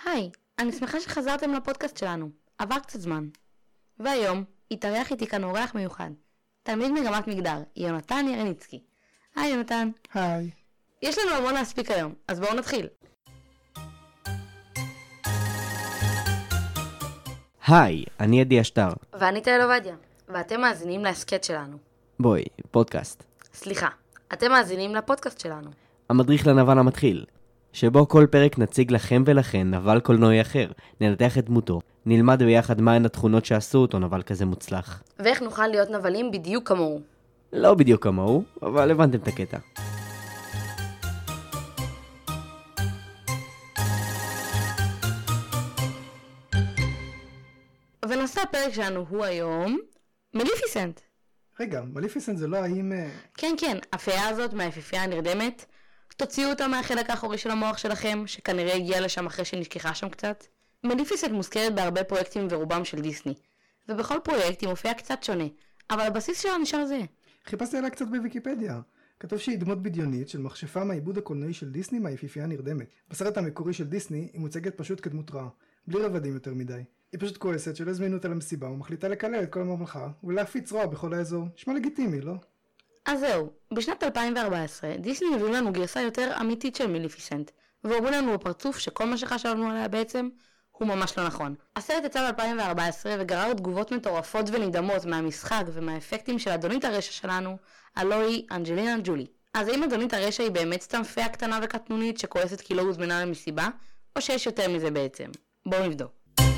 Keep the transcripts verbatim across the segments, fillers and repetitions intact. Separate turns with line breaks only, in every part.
היי, אני שמחה שחזרתם לפודקאסט שלנו. עבר קצת זמן. והיום התארח איתי כאן אורח מיוחד. תלמיד מגמת מגדר, יונתן ירניצקי. היי יונתן.
היי.
יש לנו המון להספיק היום, אז בואו נתחיל.
היי, אני עדי אשטר.
ואני תהל עובדיה, ואתם מאזינים להסקט שלנו.
בואי, פודקאסט.
סליחה, אתם מאזינים לפודקאסט שלנו.
המדריך לנבל המתחיל, שבו כל פרק נציג לכם ולכן נבל קולנועי אחר, ננתח את דמותו, נלמד ביחד מהן התכונות שעשו אותו נבל כזה מוצלח.
ואיך נוכל להיות נבלים בדיוק כמוהו.
לא בדיוק כמוהו, אבל הבנתם את הקטע.
ונושא הפרק שלנו הוא היום מליפיסנט.
רגע, מליפיסנט זה לא האם...
כן, כן, הפיה הזאת מהיפיפייה הנרדמת. תוציאו אותה מהחלק האחורי של המוח שלכם, שכנראה הגיע לשם אחרי שנשכחה שם קצת. מליפיסנט מוזכרת בהרבה פרויקטים ורובם של דיסני, ובכל פרויקט היא מופיעה קצת שונה, אבל הבסיס שלה נשאר זה.
חיפשתי עליה קצת בוויקיפדיה. כתוב שהיא דמות בדיונית של מכשפה מהעיבוד הקולנועי של דיסני מהיפיפייה הנרדמת. בסרט המקורי של דיסני היא מוצגת פשוט כדמות רעה, בלי רבדים יותר מדי. היא פשוט כועסת שלא הזמינו אותה למסיבה ומחליטה לקלל את כל הממלכה ולהפיץ רוע בכל האזור. נשמע לגיטימי, לא?
אז זהו, בשנת אלפיים וארבע עשרה דיסני הביאו לנו גרסה יותר אמיתית של מליפיסנט, ואומרו לנו בפרצוף שכל מה שחשבנו עליה בעצם הוא ממש לא נכון. הסרט יצא ב-אלפיים וארבע עשרה וגרר תגובות מטורפות ונדהמות מהמשחק ומהאפקטים של אדונית הרשע שלנו, הלוא היא אנג'לינה ג'ולי. אז האם אדונית הרשע היא באמת סתם פיה קטנה וקטנונית שכועסת כי לא הוזמנה למסיבה, או שיש יותר מזה בעצם? בואו נבדוק.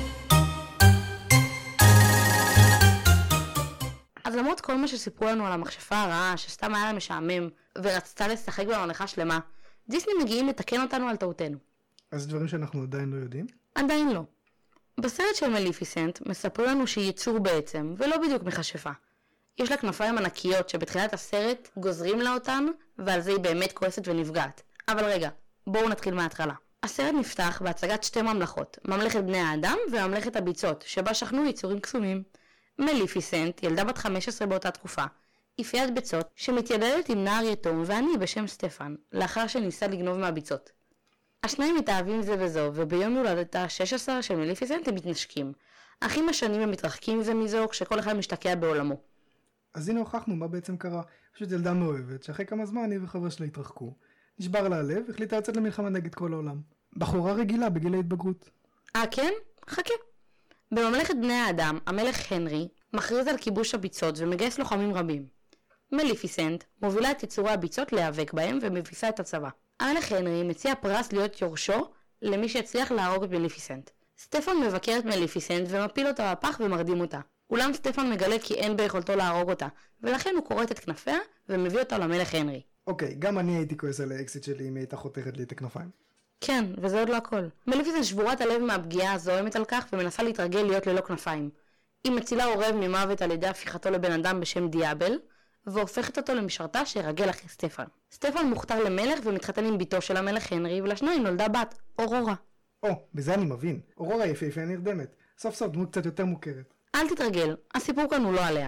אז למרות כל מה שסיפרו לנו על המכשפה הרעה, שסתם היה לה משעמם, ורצתה לשחק בממלכה שלמה, דיסני מגיעים לתקן אותנו על טעותנו.
אז דברים שאנחנו עדיין לא יודעים?
עדיין לא. בסרט של מליפיסנט מספרו לנו שהיא יצור בעצם, ולא בדיוק מכשפה. יש לה כנפיים ענקיות שבתחילת הסרט גוזרים לה אותן, ועל זה היא באמת כועסת ונפגעת. אבל רגע, בואו נתחיל מההתחלה. הסרט נפתח בהצגת שתי ממלכות, ממלכת בני האדם וממלכת הביצות, שבה שכנו יצורים קסומים. מליפיסנט, ילדה בת חמש עשרה באותה תקופה, היא פיית ביצות שמתיידדת עם נער יתום ואני בשם סטפן, לאחר שניסה לגנוב מהביצות. השניים מתאהבים זה בזו, וביום הולדתה ה-שש עשרה של מליפיסנט הם מתנשקים. אך עם השנים הם מתרחקים זה מזו כשכל אחד משתקע בעולמו.
אז הנה הוכחנו מה בעצם קרה. פשוט ילדה מאוהבת, שאחרי כמה זמן היא וחבר שלה התרחקו. נשבר לה הלב, החליטה לצאת למלחמה נגד כל העולם. בחורה רגילה בגיל ההתבגרות.
אה כן? חכה. בממלכת בני האדם, המלך הנרי מכריז על כיבוש הביצות ומגייס לוחמים רבים. מליפיסנט מובילה את יצורי הביצות להיאבק בהם ומביסה את הצבא. המלך הנרי מציע פרס להיות יורשו למי שיצליח להרוג את מליפיסנט. סטפן מבקר את מליפיסנט ומפיל אותה בפח ומרדים אותה. אולם סטפן מגלה כי אין ביכולתו להרוג אותה, ולכן הוא כורת את כנפיה ומביא אותה למלך הנרי.
אוקיי, גם אני הייתי כועס על האקסיט שלי אם היא הייתה חותכת לי את הכנפיים.
כן, וזה עוד לא הכל. מליפיסנט שבורת הלב מהפגיעה זוהמת על כך ומנסה להתרגל להיות ללא כנפיים. היא מצילה עורב ממוות על ידי הפיכתו לבן אדם בשם דיאבל, והופכת אותו למשרתה שירגל אחרי סטפן. סטפן מוכתר למלך ומתחתן עם ביתו של המלך הנרי, ולשניים נולדה בת, אורורה.
או, בזה אני מבין. אורורה יפהפייה נרדמת. סוף סוף דמות קצת יותר מוכרת.
אל תתרגל, הסיפור כאן הוא לא עליה.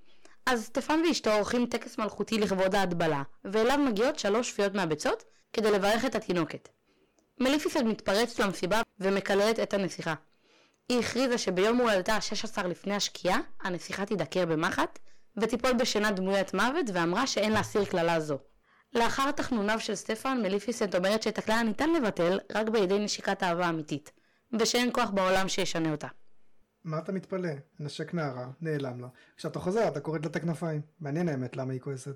אז סטפן ואשתו עורכים טקס מלכותי לכבוד ההדבלה, ואליו מגיעות שלוש פיות מהביצות כדי לברך את התינוקת. מליפיסנט מתפרץ למסיבה ומקללת את הנסיכה. היא הכריזה שביום הולדתה ה-שש עשרה לפני השקיעה, הנסיכה תדקר במחט ותיפול בשינה דמוית מוות, ואמרה שאין להסיר כללה זו. לאחר תחנוניו של סטפן, מליפיסנט אומרת שאת הכללה ניתן לבטל רק בידי נשיקת אהבה אמיתית, ושאין כוח בעולם שישנה אותה.
מה אתה מתפלא? נשק נערה, נעלם לה. כשאתה חוזר אתה קוראת לה את הכנפיים. מעניין האמת למה היא כועסת.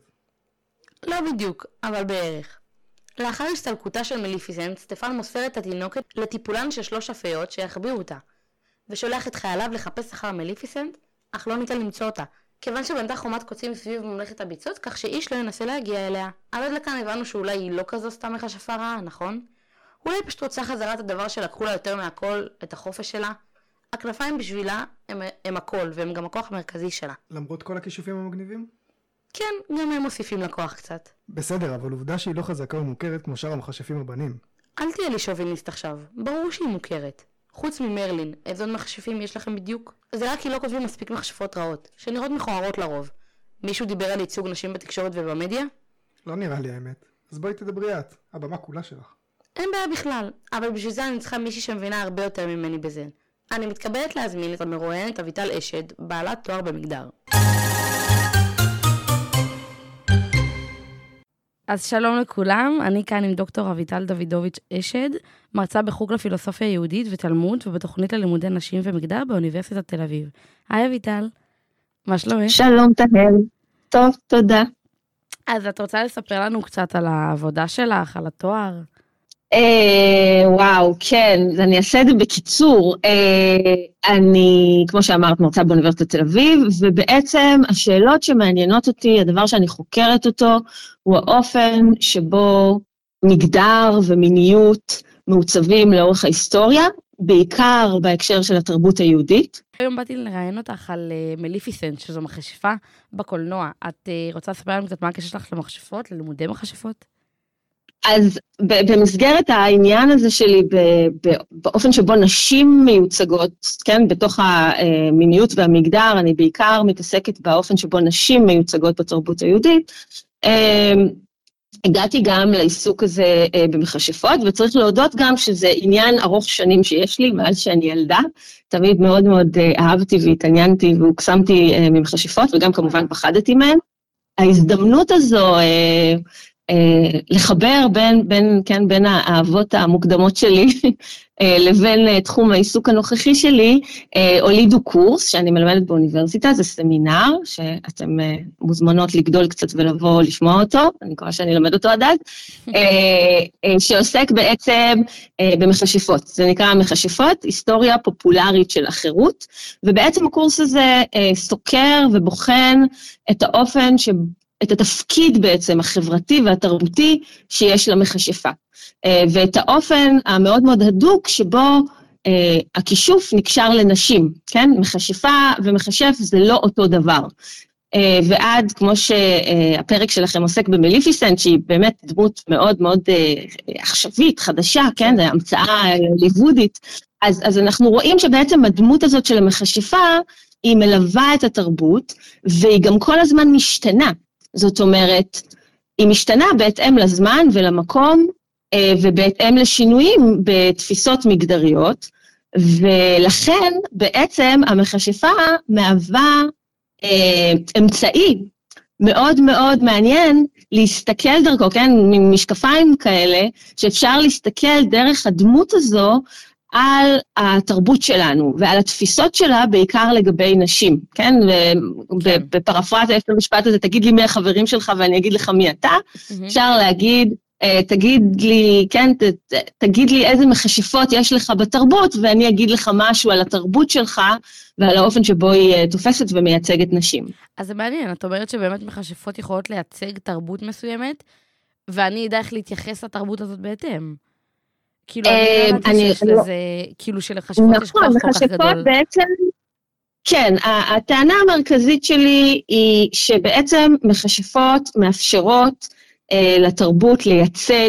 לא בדיוק, אבל בערך. לאחר הסתלקותה של מליפיסנט, סטפן מוסר את התינוקת לטיפולן של שלוש הפיות שיחביאו אותה, ושולח את חייליו לחפש אחר מליפיסנט, אך לא ניתן למצוא אותה, כיוון שבנתה חומת קוצים סביב ממלכת הביצות, כך שאיש לא ינסה להגיע אליה. עד לכאן הבנו שאולי היא לא כזו סתם מכשפה רעה, נכון? אולי פשוט רוצה חזרת הדבר שלקחו לה יותר מהכל, את החופש שלה. הכנפיים בשבילה הם, הם הכל, והם גם הכוח המרכזי שלה.
למרות כל הכישופים המגניבים?
כן, גם הם מוסיפים לכוח קצת.
בסדר, אבל עובדה שהיא לא חזקה ומוכרת כמו שאר המכשפים הבנים.
אל תהיה לי שוביניסט עכשיו, ברור שהיא מוכרת. חוץ ממרלין, איזה עוד מכשפים יש לכם בדיוק? זה רק כי לא כותבים מספיק מכשפות רעות, שנראות מכוערות לרוב. מישהו דיבר על ייצוג נשים בתקשורת ובמדיה?
לא נראה לי האמת. אז בואי תדברי את, הבמה כולה שלך.
אין בעיה בכלל, אבל בשביל זה אני צריכה מישהי שמבינה הרבה יותר ממני בזה. אני מתכבדת להזמין את המרואיינת אביטל אשד, בעלת תואר במגדר. אז שלום לכולם, אני כאן עם דוקטור אביטל דוידוביץ' אשד, מרצה בחוג לפילוסופיה יהודית ותלמוד ובתוכנית ללימודי נשים ומגדר באוניברסיטת תל אביב. היי אביטל, מה שלומך?
שלום תהל, טוב, תודה.
אז את רוצה לספר לנו קצת על העבודה שלך, על התואר?
אה, וואו, כן, אני אעשה את זה בקיצור. אה, אני, כמו שאמרת, מרצה באוניברסיטת תל אביב, ובעצם השאלות שמעניינות אותי, הדבר שאני חוקרת אותו, הוא האופן שבו מגדר ומיניות מעוצבים לאורך ההיסטוריה, בעיקר בהקשר של התרבות היהודית.
היום באתי לראיין אותך על uh, מליפיסנט, שזו מכשפה בקולנוע. את uh, רוצה לספר לנו קצת מה הקשר שלך למכשפות, ללימודי מכשפות?
אז במסגרת העניין הזה שלי, באופן שבו נשים מיוצגות, כן, בתוך המיניות והמגדר, אני בעיקר מתעסקת באופן שבו נשים מיוצגות בתרבות היהודית, הגעתי גם לעיסוק הזה במכשפות, וצריך להודות גם שזה עניין ארוך שנים שיש לי, מאז שאני ילדה, תמיד מאוד מאוד אהבתי והתעניינתי והוקסמתי ממכשפות, וגם כמובן פחדתי מהן. ההזדמנות הזו לחבר בין, בין, כן, בין האהבות המוקדמות שלי לבין תחום העיסוק הנוכחי שלי, הולידו קורס שאני מלמדת באוניברסיטה, זה סמינר שאתם מוזמנות לגדול קצת ולבוא לשמוע אותו, אני מקווה שאני אלמד אותו עד אז, שעוסק בעצם במכשפות, זה נקרא מכשפות, היסטוריה פופולרית של החירות, ובעצם הקורס הזה סוקר ובוחן את האופן ש... את התפקיד בעצם החברתי והתרבותי שיש למכשפה, ואת האופן המאוד מאוד הדוק שבו הכישוף נקשר לנשים, כן? מכשפה ומכשף זה לא אותו דבר. ועד כמו שהפרק שלכם עוסק במליפיסנט, שהיא באמת דמות מאוד מאוד עכשווית, חדשה, כן? זה המצאה ליוודית, אז, אז אנחנו רואים שבעצם הדמות הזאת של המכשפה, היא מלווה את התרבות, והיא גם כל הזמן משתנה. זאת אומרת, היא משתנה בהתאם לזמן ולמקום, ובהתאם לשינויים בתפיסות מגדריות, ולכן בעצם המכשפה מהווה אמצעי מאוד מאוד מעניין להסתכל דרכו, כן, ממשקפיים כאלה, שאפשר להסתכל דרך הדמות הזו, על התרבות שלנו, ועל התפיסות שלה, בעיקר לגבי נשים, כן? ובפרפרזה, יש למשפט הזה, תגיד לי מי החברים שלך, ואני אגיד לך מי אתה. אפשר להגיד, תגיד לי, כן, תגיד לי איזה מכשפות יש לך בתרבות, ואני אגיד לך משהו על התרבות שלך, ועל האופן שבו היא תופסת ומייצגת נשים.
אז זה מעניין, את אומרת שבאמת מכשפות יכולות לייצג תרבות מסוימת, ואני אדע איך להתייחס לתרבות הזאת בהתאם. כאילו, אני לא יודעת שיש לזה, כאילו שלחשפות יש כוח כל כך גדול.
נכון, מכשפות בעצם, כן, הטענה המרכזית שלי היא שבעצם מכשפות מאפשרות לתרבות לייצג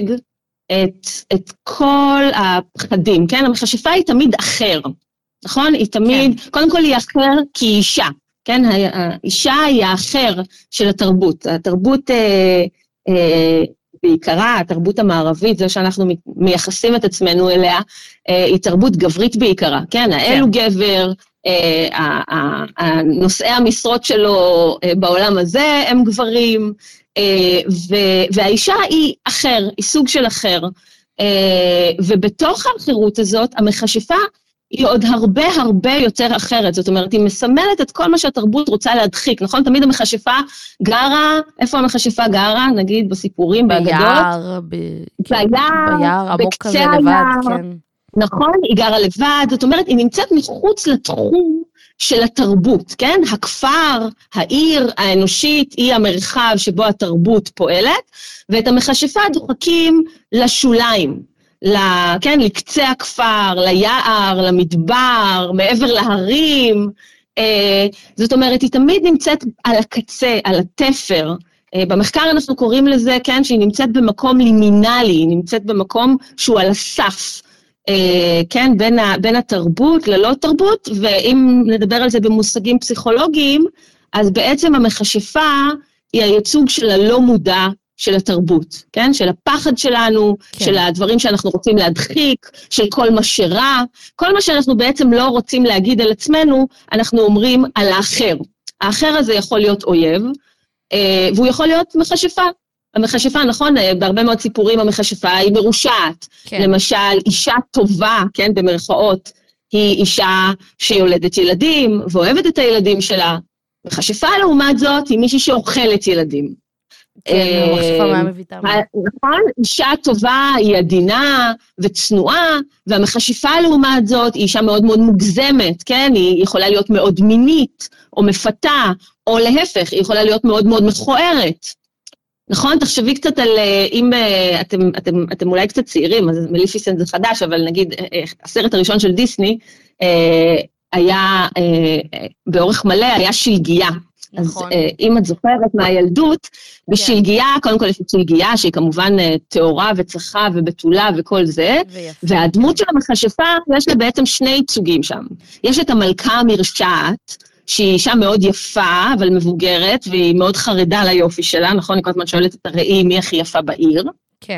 את כל הפחדים, כן? המכשפה היא תמיד אחר, נכון? היא תמיד, קודם כל היא אחר כי היא אישה, כן? האישה היא האחר של התרבות, התרבות בעיקרה, התרבות המערבית, זו שאנחנו מייחסים את עצמנו אליה, היא תרבות גברית בעיקרה, כן? האל הוא גבר, נושאי המשרות שלו בעולם הזה הם גברים, והאישה היא אחר, היא סוג של אחר, ובתוך האחרות הזאת, המכשפה היא עוד הרבה הרבה יותר אחרת, זאת אומרת, היא מסמלת את כל מה שהתרבות רוצה להדחיק, נכון? תמיד המכשפה גרה, איפה המכשפה גרה? נגיד בסיפורים, באגדות?
ביער, ביער, עמוק כזה לבד, כן.
נכון, היא גרה לבד, זאת אומרת, היא נמצאת מחוץ לתחום של התרבות, כן? הכפר, העיר האנושית, היא המרחב שבו התרבות פועלת, ואת המכשפה דוחקים לשוליים. כן, לקצה הכפר, ליער, למדבר, מעבר להרים, זאת אומרת, היא תמיד נמצאת על הקצה, על התפר, במחקר אנחנו קוראים לזה, כן, שהיא נמצאת במקום לימינלי, היא נמצאת במקום שהוא על הסף, כן, בין, ה, בין התרבות ללא תרבות, ואם נדבר על זה במושגים פסיכולוגיים, אז בעצם המכשפה היא הייצוג של הלא מודע של התרבות, כן? של הפחד שלנו, כן. של הדברים שאנחנו רוצים להדחיק, של כל מה שרע, כל מה שאנחנו בעצם לא רוצים להגיד על עצמנו, אנחנו אומרים על האחר. האחר הזה יכול להיות אויב, והוא יכול להיות מכשפה. המכשפה, נכון, בהרבה מאוד סיפורים המכשפה היא מרושעת. כן. למשל, אישה טובה, כן, במרכאות, היא אישה שיולדת ילדים, ואוהבת את הילדים שלה. מכשפה לעומת זאת, היא מישהי שאוכלת ילדים.
כן, מכשפה מה מביטה.
נכון, אישה טובה היא עדינה וצנועה, והמכשפה לעומת זאת היא אישה מאוד מאוד מוגזמת, כן? היא יכולה להיות מאוד מינית, או מפתה, או להפך, היא יכולה להיות מאוד מאוד מכוערת. נכון? תחשבי קצת על, אם אתם, אתם, אתם אולי קצת צעירים, אז מליפיסנט זה חדש, אבל נגיד, הסרט הראשון של דיסני, היה, באורך מלא, היה שלגיה. נכון. אז אם את זוכרת מהילדות, בשלגיה, קודם כל יש שלגיה, שהיא כמובן תאורה וצחה ובתולה וכל זה, והדמות של המכשפה, יש לה בעצם שני ייצוגים שם. יש את המלכה המרשעת, שהיא אישה מאוד יפה, אבל מבוגרת, והיא מאוד חרדה ליופי שלה, נכון? אני כל הזמן שואלת את הראי מי הכי יפה בעיר.
כן.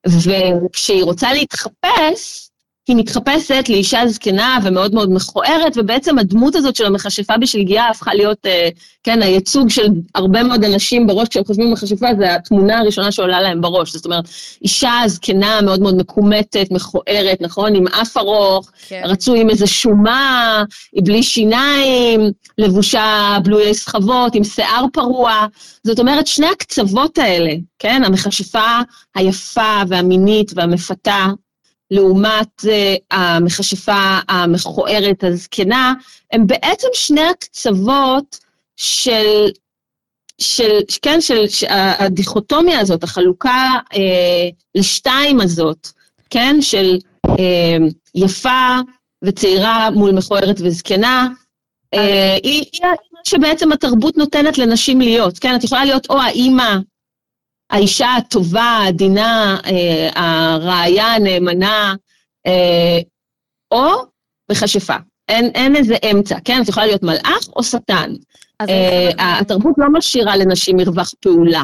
וכשהיא רוצה להתחפש, היא מתחפשת לאישה זקנה ומאוד מאוד מכוערת, ובעצם הדמות הזאת של המכשפה בשלגיה הפכה להיות, כן, הייצוג של הרבה מאוד אנשים בראש, כשהם חושבים מכשפה, זה התמונה הראשונה שעולה להם בראש. זאת אומרת, אישה זקנה מאוד מאוד מקומטת, מכוערת, נכון? עם אף ארוך, כן. רצוי עם איזה שומה, בלי שיניים, לבושה בלויי סחבות, עם שיער פרוע. זאת אומרת, שני הקצוות האלה, כן? המכשפה היפה והמינית והמפתה, לעומת uh, המכשפה המכוערת הזקנה, הם בעצם שני הקצוות של, של, כן, של, של הדיכוטומיה הזאת, החלוקה uh, לשתיים הזאת, כן, של uh, יפה וצעירה מול מכוערת וזקנה, uh, היא, היא שבעצם התרבות נותנת לנשים להיות, כן, את יכולה להיות או האימא, האישה הטובה, העדינה, אה, הרעיה הנאמנה, אה, או מכשפה. אין, אין איזה אמצע, כן? את יכולה להיות מלאך או שטן. אה, התרבות לא משאירה לנשים מרווח פעולה.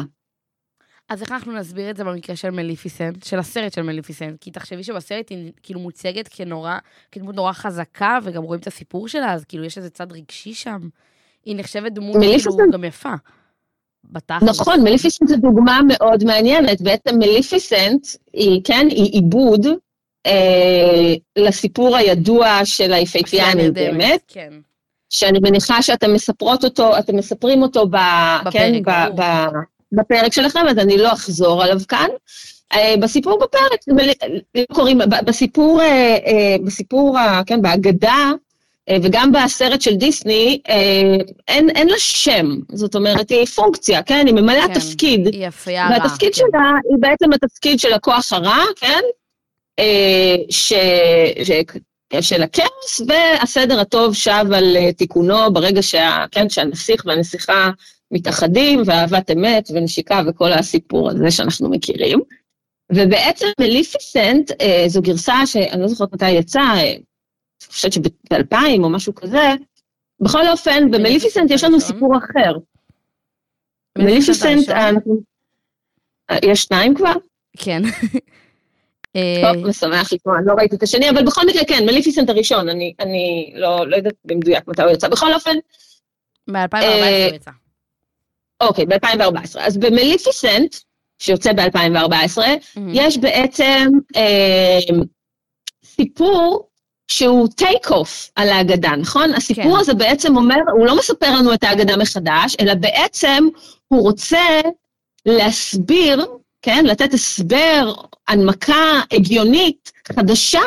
אז איך אנחנו נסביר את זה במקרה של מליפיסנט, של הסרט של מליפיסנט? כי תחשבי שבסרט היא כאילו מוצגת כנורא, כדמות נורא חזקה, וגם רואים את הסיפור שלה, אז כאילו יש איזה צד רגשי שם. היא נחשבת דמות כאילו גם יפה. בתחת.
נכון, מליפיסנט זו דוגמה מאוד מעניינת. בעצם מליפיסנט היא, כן, היא עיבוד אה, לסיפור הידוע של היפהפייה הנרדמת.
כן.
שאני מניחה שאתם מספרות אותו, אתם מספרים אותו ב,
בפרק,
כן, ב, ב, בפרק שלכם, אז אני לא אחזור עליו כאן. אה, בסיפור בפרק, קוראים, בסיפור, אה, אה, בסיפור, כן, בהגדה, וגם בסרט של דיסני, אין, אין לה שם, זאת אומרת, היא פונקציה, כן? היא ממלאה
כן,
תפקיד.
היא יפה רע.
והתפקיד
כן.
שלה היא בעצם התפקיד של הכוח הרע, כן? ש, ש, של הכאוס, והסדר הטוב שב על תיקונו ברגע שה, כן, שהנסיך והנסיכה מתאחדים, ואהבת אמת ונשיקה וכל הסיפור הזה שאנחנו מכירים. ובעצם מליפיסנט, זו גרסה שאני לא זוכרת מתי יצאה, אני חושבת שב-אלפיים או משהו כזה, בכל אופן, במליפיסנט יש לנו סיפור אחר. מליפיסנט, יש שניים כבר?
כן.
טוב, משמח לי, אני לא ראיתי את השני, אבל בכל מקרה כן, מליפיסנט הראשון, אני לא יודעת במדויק מתי הוא יצא. בכל אופן...
ב-אלפיים וארבע עשרה הוא יצא.
אוקיי, ב-אלפיים וארבע עשרה. אז במליפיסנט, שיוצא ב-אלפיים וארבע עשרה, יש בעצם סיפור, שהוא טייק אוף על ההגדה, נכון? הסיפור כן. הזה בעצם אומר, הוא לא מספר לנו את ההגדה מחדש, אלא בעצם הוא רוצה להסביר, כן? לתת הסבר, הנמקה הגיונית, חדשה,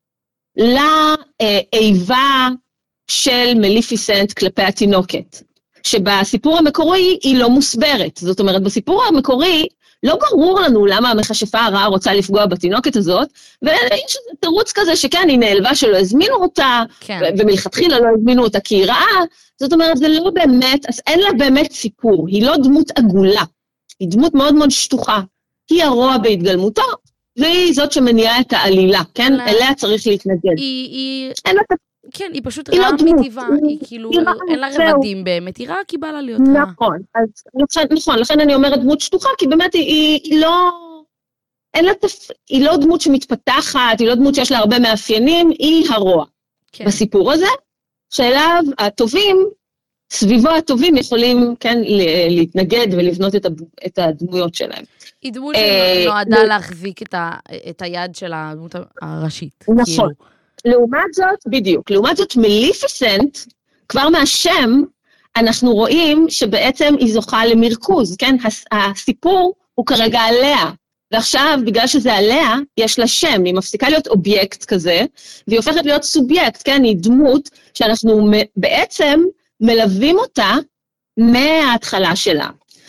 לאיבה של מליפיסנט כלפי התינוקת. שבסיפור המקורי היא לא מוסברת. זאת אומרת, בסיפור המקורי, לא ברור לנו למה המכשפה הרעה רוצה לפגוע בתינוקת הזאת, ויש איזה תירוץ כזה שכן, היא נעלבה שלא הזמינו אותה, כן. ומלכתחילה לא הזמינו אותה כי היא רעה, זאת אומרת, זה לא באמת, אז אין לה באמת סיפור, היא לא דמות עגולה, היא דמות מאוד מאוד שטוחה, היא הרוע בהתגלמותו, והיא זאת שמניעה את העלילה, כן? אליה צריך להתנגד.
היא, היא...
אין לה...
כן, היא פשוט
היא
רעה
לא דמות,
מטבעה,
היא-
היא כאילו,
היא רעה,
אין לה
זהו.
רבדים באמת, היא רעה כי בא לה להיות רעה.
נכון, אז לכן, נכון, לכן אני אומרת דמות שטוחה, כי באמת היא, היא, היא לא, אין לה תפ... היא לא דמות שמתפתחת, היא לא דמות שיש לה הרבה מאפיינים, היא הרוע.
כן.
בסיפור הזה, שאליו הטובים, סביבו הטובים יכולים, כן, ל- להתנגד ולבנות את, הד... את הדמויות שלהם.
היא דמות
אה,
שנועדה
ל-
להחזיק את, ה, את היד של הדמות הראשית.
נכון.
כאילו.
לעומת זאת, בדיוק, לעומת זאת מליפיסנט, כבר מהשם, אנחנו רואים שבעצם היא זוכה למרכוז, כן? הס- הסיפור הוא כרגע עליה, ועכשיו, בגלל שזה עליה, יש לה שם, היא מפסיקה להיות אובייקט כזה, והיא הופכת להיות סובייקט, כן? היא דמות שאנחנו מ- בעצם מלווים אותה מההתחלה שלה.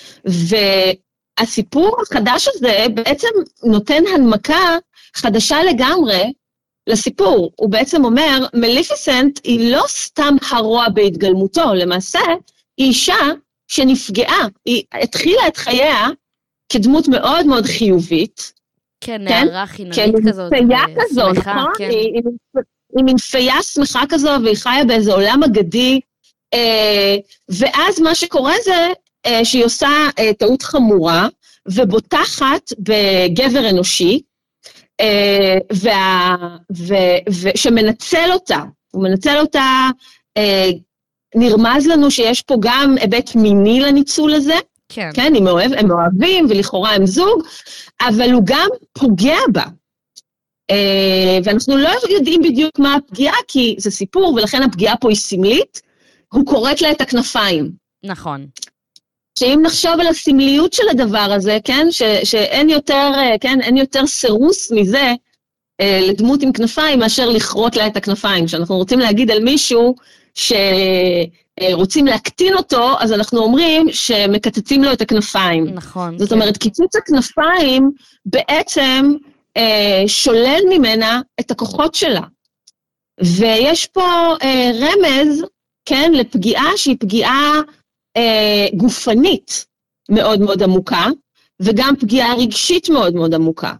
והסיפור החדש הזה בעצם נותן הנמקה חדשה לגמרי לסיפור. הוא בעצם אומר, מליפיסנט היא לא סתם הרוע בהתגלמותו, למעשה היא אישה שנפגעה, היא התחילה את חייה כדמות מאוד מאוד חיובית,
כן,
כן?
נערה חיננית כזאת.
כנפיה
ו-
כזו,
שמחה,
נכון?
כן.
היא, היא, היא מין פיה שמחה כזו, והיא חיה באיזה עולם אגדי, אה, ואז מה שקורה זה אה, שהיא עושה אה, טעות חמורה, ובוטחת בגבר אנושי, אה, וה, ו, ו, שמנצל אותה, הוא מנצל אותה, אה, נרמז לנו שיש פה גם היבט מיני לניצול הזה,
כן.
כן, הם, אוהב, הם אוהבים ולכאורה הם זוג, אבל הוא גם פוגע בה. אה, ואנחנו לא יודעים בדיוק מה הפגיעה, כי זה סיפור, ולכן הפגיעה פה היא סמלית, הוא קוראת לה את הכנפיים.
נכון.
שאם נחשוב על הסמליות של הדבר הזה, כן, ש, שאין יותר, כן, אין יותר סירוס מזה, אה, לדמות עם כנפיים, מאשר לכרות לה את הכנפיים. כשאנחנו רוצים להגיד על מישהו שרוצים להקטין אותו, אז אנחנו אומרים שמקצצים לו את הכנפיים.
נכון.
זאת
כן.
אומרת, קיצוץ הכנפיים בעצם אה, שולל ממנה את הכוחות שלה. ויש פה אה, רמז, כן, לפגיעה שהיא פגיעה אה, גופנית מאוד מאוד עמוקה, וגם פגיעה רגשית מאוד מאוד עמוקה.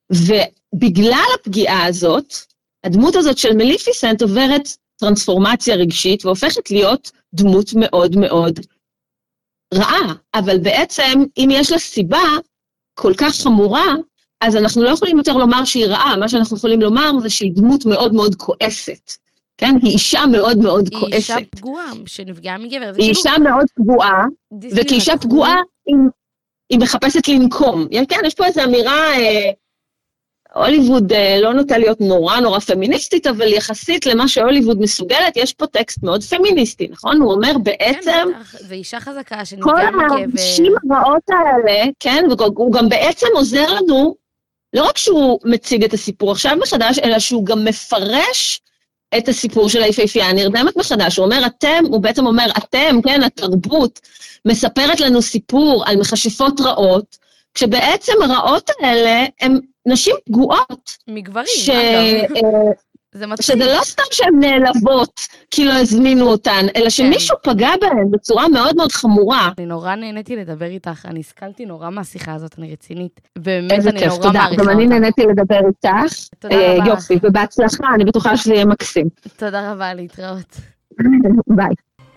ובגלל הפגיעה הזאת, הדמות הזאת של מליפיסנט עוברת טרנספורמציה רגשית, והופכת להיות דמות מאוד מאוד רעה. אבל בעצם, אם יש לה סיבה כל כך חמורה, אז אנחנו לא יכולים יותר לומר שהיא רעה, מה שאנחנו יכולים לומר זה שהיא דמות מאוד מאוד כועסת. כן? היא אישה מאוד מאוד
היא
כועסת.
אישה פגועה שנפגעה מגבר.
היא אישה מאוד פגועה,
דיסני
וכאישה
לקחו-
פגועה היא, היא מחפשת לנקום. כן, יש פה איזו אמירה, אה, הוליווד אה, לא נוטה להיות נורא נורא פמיניסטית, אבל יחסית למה שהוליווד מסוגלת, יש פה טקסט מאוד פמיניסטי, נכון? הוא אומר בעצם,
כן, בטח, ואישה חזקה
כל
שנפגעה מגבר.
האנשים הרעות האלה, כן, והוא גם בעצם עוזר לנו, לא רק שהוא מציג את הסיפור עכשיו מחדש, אלא שהוא גם מפרש את הסיפור של היפהפייה הנרדמת מחדש. הוא אומר, אתם, הוא בעצם אומר, אתם, כן, התרבות, מספרת לנו סיפור על מכשפות רעות, כשבעצם הרעות האלה הן נשים פגועות.
מגברים,
ש...
אגב.
אה,
זה מצחיק.
שזה לא סתם שהן נעלבות, כי לא הזמינו אותן, אלא שמישהו פגע בהן בצורה מאוד מאוד חמורה.
אני נורא נהניתי לדבר איתך, אני הסכלתי נורא מהשיחה הזאת, אני רצינית. באמת,
איזה
אני
כיף,
נורא
תודה.
מעריכה
גם אני
אותך.
נהניתי לדבר איתך.
תודה
אה,
רבה.
יופי, ובהצלחה, אני בטוחה שזה יהיה מקסים.
תודה רבה, להתראות.
ביי.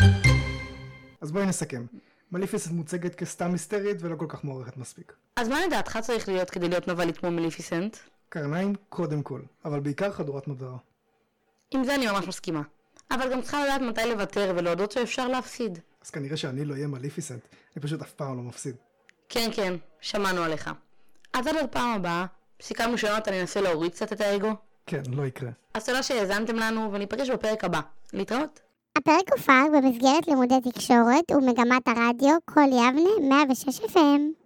אז בואי נסכם. מליפיסנט מוצגת כסתם היסטרית ולא כל כך מוערכת מספיק.
אז מה לדעתך צריך להיות כדי להיות נובלית כמו מליפיסנט?
קרניים קודם כל, אבל בעיקר חדורת מטרה.
עם זה אני ממש מסכימה. אבל גם צריכה לדעת מתי לוותר ולהודות שאפשר להפסיד.
אז כנראה שאני לא אהיה מליפיסנט, אני פשוט אף פעם לא מפסיד.
כן, כן, שמענו עליך. אז עד לפעם הבאה, סיכמנו שיונתן ננסה להוריד קצת את האגו.
כן, לא יקרה.
אז תודה שהאזנתם לנו וניפגש בפרק הבא. להתראות.
הפרק הופק במסגרת לימודי תקשורת ומגמת הרדיו כל יבנה מאה ושש אף אם.